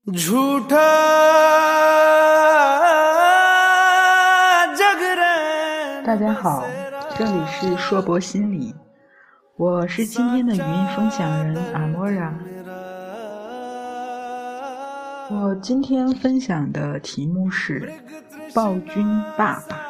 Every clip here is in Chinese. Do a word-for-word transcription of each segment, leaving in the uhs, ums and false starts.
झूठा जग रहे。 大家好，这里是硕博心理，我是今天的语音分享人阿莫拉。我今天分享的题目是暴君爸爸。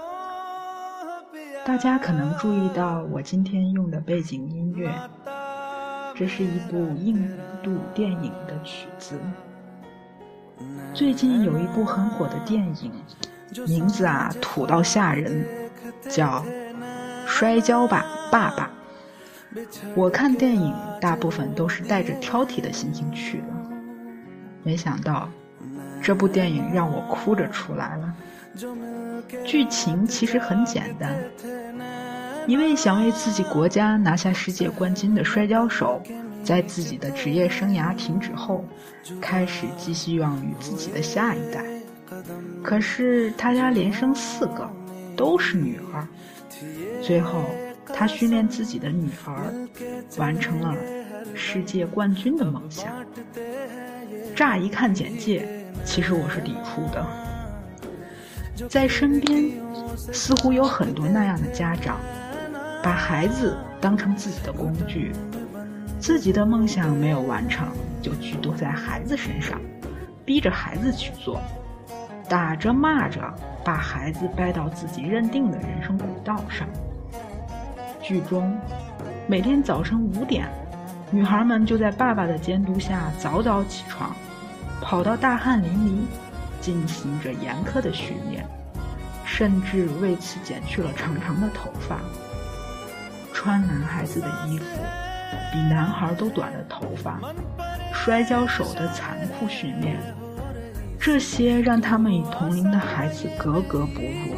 大家可能注意到我今天用的背景音乐，这是一部印度电影的曲子。最近有一部很火的电影，名字啊土到吓人，叫摔跤吧爸爸。我看电影大部分都是带着挑剔的心情去的，没想到这部电影让我哭着出来了。剧情其实很简单，一位想为自己国家拿下世界冠军的摔跤手，在自己的职业生涯停止后，开始寄希望于自己的下一代。可是他家连生四个，都是女儿。最后他训练自己的女儿，完成了世界冠军的梦想。乍一看简介，其实我是抵触的。在身边似乎有很多那样的家长，把孩子当成自己的工具，自己的梦想没有完成，就居多在孩子身上，逼着孩子去做，打着骂着，把孩子掰到自己认定的人生轨道上。剧中每天早晨五点，女孩们就在爸爸的监督下早早起床，跑到大汗淋漓，进行着严苛的训练，甚至为此剪去了长长的头发。穿男孩子的衣服，比男孩都短的头发，摔跤手的残酷训练，这些让他们与同龄的孩子格格不入。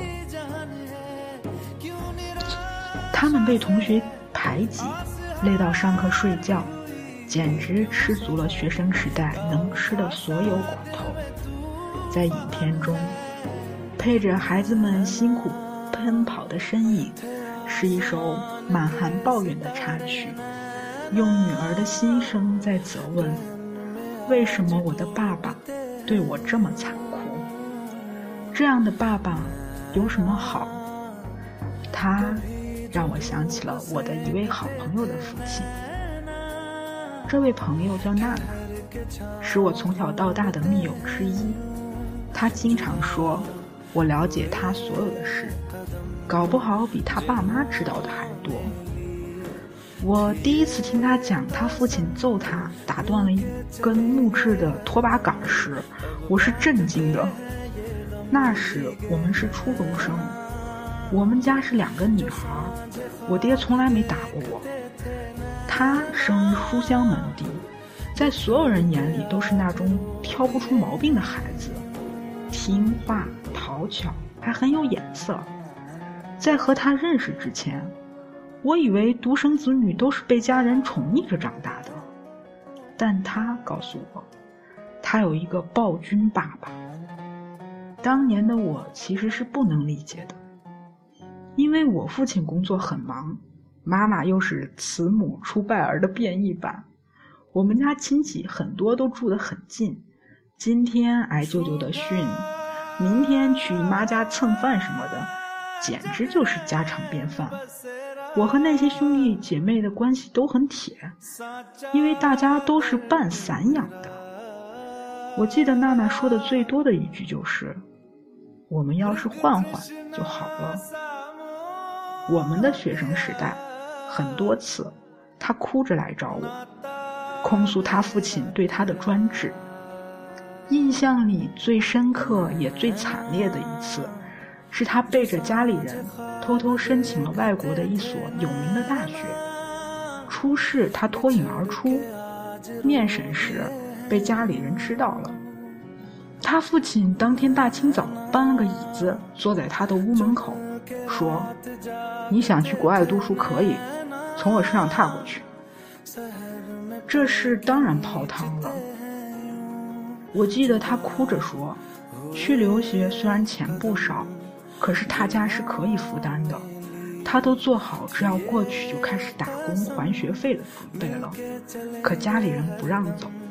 他们被同学排挤，累到上课睡觉，简直吃足了学生时代能吃的所有苦头。在影片中，配着孩子们辛苦奔跑的身影，是一首满含抱怨的插曲，用女儿的心声在责问，为什么我的爸爸对我这么残酷？这样的爸爸有什么好？他让我想起了我的一位好朋友的父亲。这位朋友叫娜娜，是我从小到大的密友之一。他经常说，我了解他所有的事，搞不好比他爸妈知道的还多。我第一次听他讲他父亲揍他打断了一根木质的拖把杆时，我是震惊的。那时我们是初中生，我们家是两个女孩，我爹从来没打过我。他生于书香门第，在所有人眼里都是那种挑不出毛病的孩子，听话讨巧，还很有眼色。在和他认识之前，我以为独生子女都是被家人宠溺着长大的，但他告诉我，他有一个暴君爸爸。当年的我其实是不能理解的，因为我父亲工作很忙，妈妈又是慈母出败儿的变异版，我们家亲戚很多都住得很近，今天挨舅舅的训，明天去姨妈家蹭饭什么的，简直就是家常便饭。我和那些兄弟姐妹的关系都很铁，因为大家都是半散养的。我记得娜娜说的最多的一句就是，我们要是换换就好了。我们的学生时代，很多次她哭着来找我，控诉她父亲对她的专制。印象里最深刻也最惨烈的一次，是他背着家里人偷偷申请了外国的一所有名的大学，初试他脱颖而出，面审时被家里人知道了。他父亲当天大清早搬了个椅子坐在他的屋门口，说，你想去国外读书可以，从我身上踏过去。这事当然泡汤了。我记得他哭着说，去留学虽然钱不少，可是他家是可以负担的，他都做好只要过去就开始打工还学费的准备了，可家里人不让走。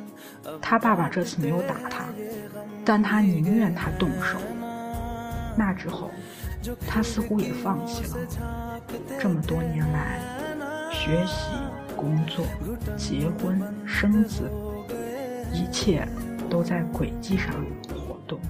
他爸爸这次没有打他，但他宁愿他动手。那之后，他似乎也放弃了。这么多年来，学习、工作、结婚、生子，一切都在轨迹上活动。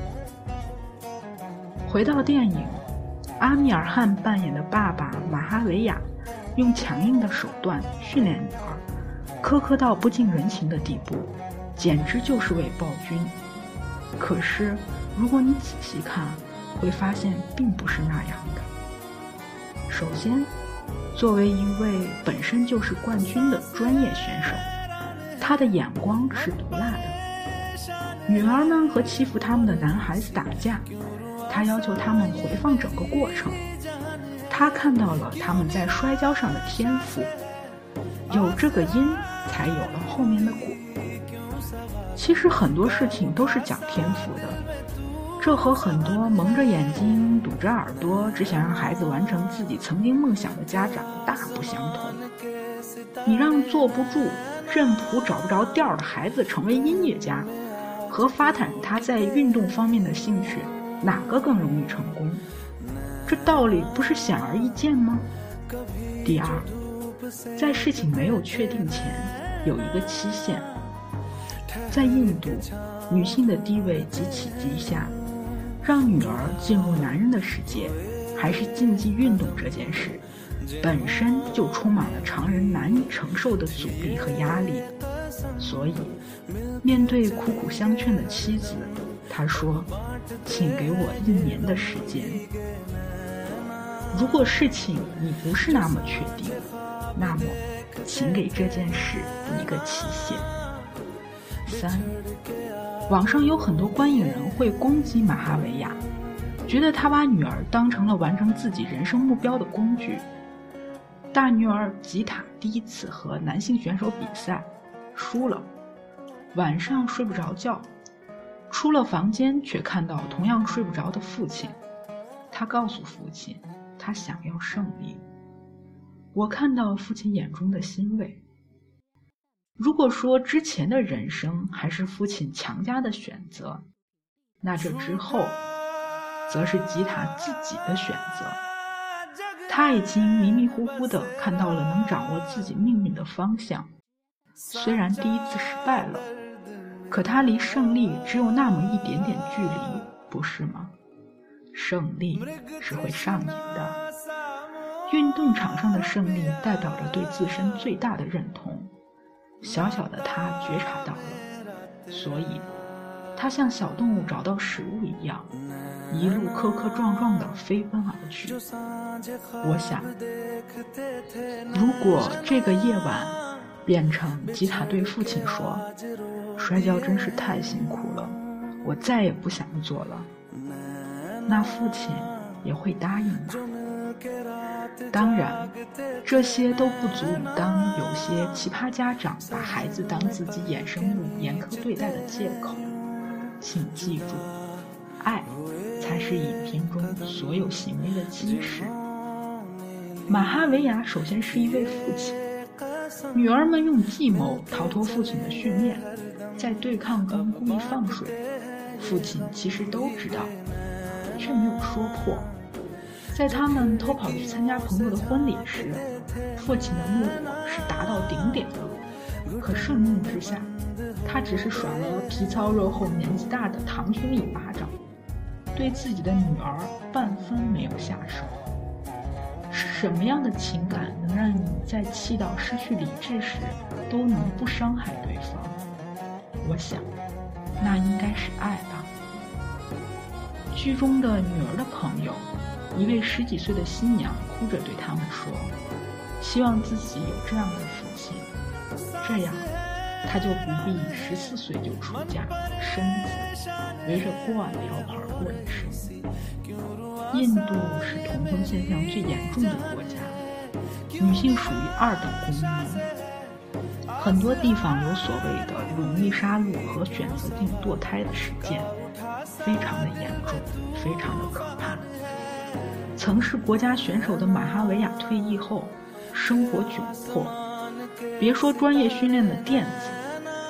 回到电影，阿米尔汗扮演的爸爸马哈维亚用强硬的手段训练女儿，苛刻到不近人情的地步，简直就是位暴君。可是如果你仔细看，会发现并不是那样的。首先，作为一位本身就是冠军的专业选手，他的眼光是毒辣的。女儿们和欺负他们的男孩子打架，他要求他们回放整个过程。他看到了他们在摔跤上的天赋，有这个因，才有了后面的果。其实很多事情都是讲天赋的，这和很多蒙着眼睛堵着耳朵只想让孩子完成自己曾经梦想的家长大不相同。你让坐不住认谱找不着调的孩子成为音乐家，和发展他在运动方面的兴趣，哪个更容易成功？这道理不是显而易见吗？第二，在事情没有确定前，有一个期限。在印度，女性的地位极起极下，让女儿进入男人的世界，还是竞技运动这件事，本身就充满了常人难以承受的阻力和压力。所以，面对苦苦相劝的妻子，他说：“请给我一年的时间。”如果事情你不是那么确定，那么请给这件事一个期限。三，网上有很多观影人会攻击马哈维亚，觉得他把女儿当成了完成自己人生目标的工具。大女儿吉塔第一次和男性选手比赛输了，晚上睡不着觉，出了房间却看到同样睡不着的父亲。他告诉父亲，他想要胜利。我看到父亲眼中的欣慰。如果说之前的人生还是父亲强加的选择，那这之后则是吉塔自己的选择。他已经迷迷糊糊地看到了能掌握自己命运的方向。虽然第一次失败了，可他离胜利只有那么一点点距离，不是吗？胜利是会上瘾的。运动场上的胜利代表着对自身最大的认同。小小的他觉察到了，所以他像小动物找到食物一样，一路磕磕撞撞地飞奔而去。我想，如果这个夜晚变成吉塔对父亲说，摔跤真是太辛苦了，我再也不想做了，那父亲也会答应吧。当然，这些都不足以当有些奇葩家长把孩子当自己衍生物严苛对待的借口。请记住，爱才是影片中所有行为的基石。马哈维亚首先是一位父亲，女儿们用计谋逃脱父亲的训练，在对抗中故意放水，父亲其实都知道，却没有说破。在他们偷跑去参加朋友的婚礼时，父亲的怒火是达到顶点了。可盛怒之下，他只是甩了皮糙肉厚年纪大的堂兄一巴掌，对自己的女儿半分没有下手。是什么样的情感能让你在气到失去理智时都能不伤害对方？我想，那应该是爱吧。剧中的女儿的朋友，一位十几岁的新娘哭着对他们说，希望自己有这样的父亲，这样她就不必十四岁就出嫁生子，围着锅碗瓢盆过一生。印度是童婚现象最严重的国家，女性属于二等公民，很多地方有所谓的容易杀戮和选择性堕胎的事件，非常的严重，非常的可怕。曾是国家选手的马哈维亚退役后，生活窘迫，别说专业训练的垫子，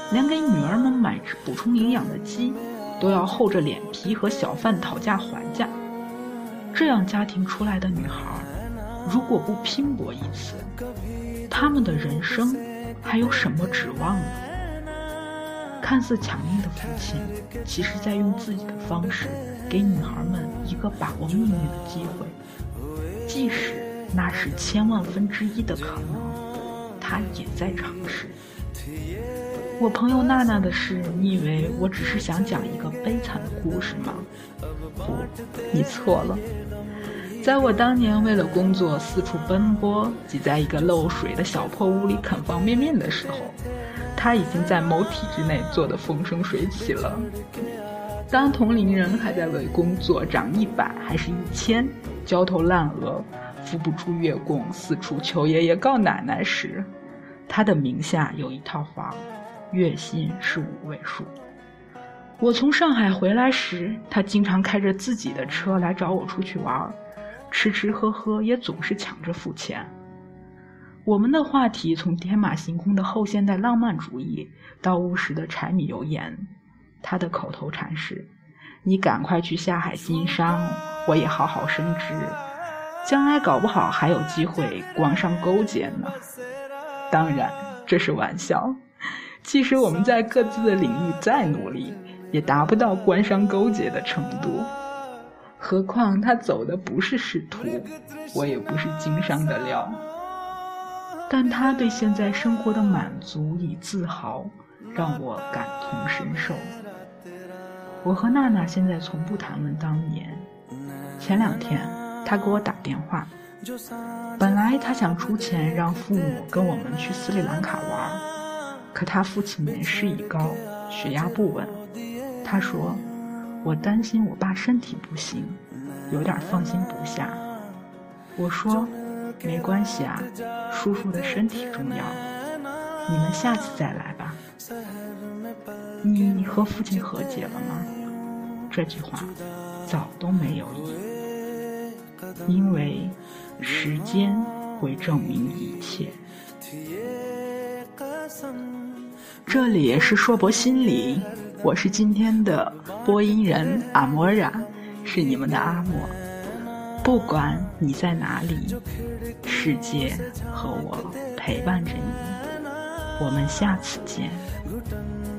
连给女儿们买只补充营养的鸡都要厚着脸皮和小贩讨价还价。这样家庭出来的女孩，如果不拼搏一次，她们的人生还有什么指望呢？看似强硬的父亲，其实在用自己的方式给女孩们一个把握命运的机会，即使那是千万分之一的可能，他也在尝试。我朋友娜娜的事，你以为我只是想讲一个悲惨的故事吗？不，你错了。在我当年为了工作四处奔波，挤在一个漏水的小破屋里啃方便面的时候，他已经在某体制内做得风生水起了。当同龄人还在为工作涨一百还是一千焦头烂额，付不出月供，四处求爷爷告奶奶时，他的名下有一套房，月薪是五位数。我从上海回来时，他经常开着自己的车来找我出去玩，吃吃喝喝也总是抢着付钱。我们的话题从天马行空的后现代浪漫主义到务实的柴米油盐，他的口头禅是：你赶快去下海经商，我也好好升职，将来搞不好还有机会官商勾结呢。当然这是玩笑，即使我们在各自的领域再努力，也达不到官商勾结的程度。何况他走的不是仕途，我也不是经商的料。但他对现在生活的满足与自豪让我感同身受。我和娜娜现在从不谈论当年。前两天他给我打电话，本来他想出钱让父母跟我们去斯里兰卡玩，可他父亲年事已高，血压不稳。他说，我担心我爸身体不行，有点放心不下。我说，没关系啊，叔叔的身体重要，你们下次再来吧。你和父亲和解了吗？这句话早都没有意义，因为时间会证明一切。这里是硕博心理，我是今天的播音人阿莫拉，是你们的阿莫。不管你在哪里，世界和我陪伴着你，我们下次见。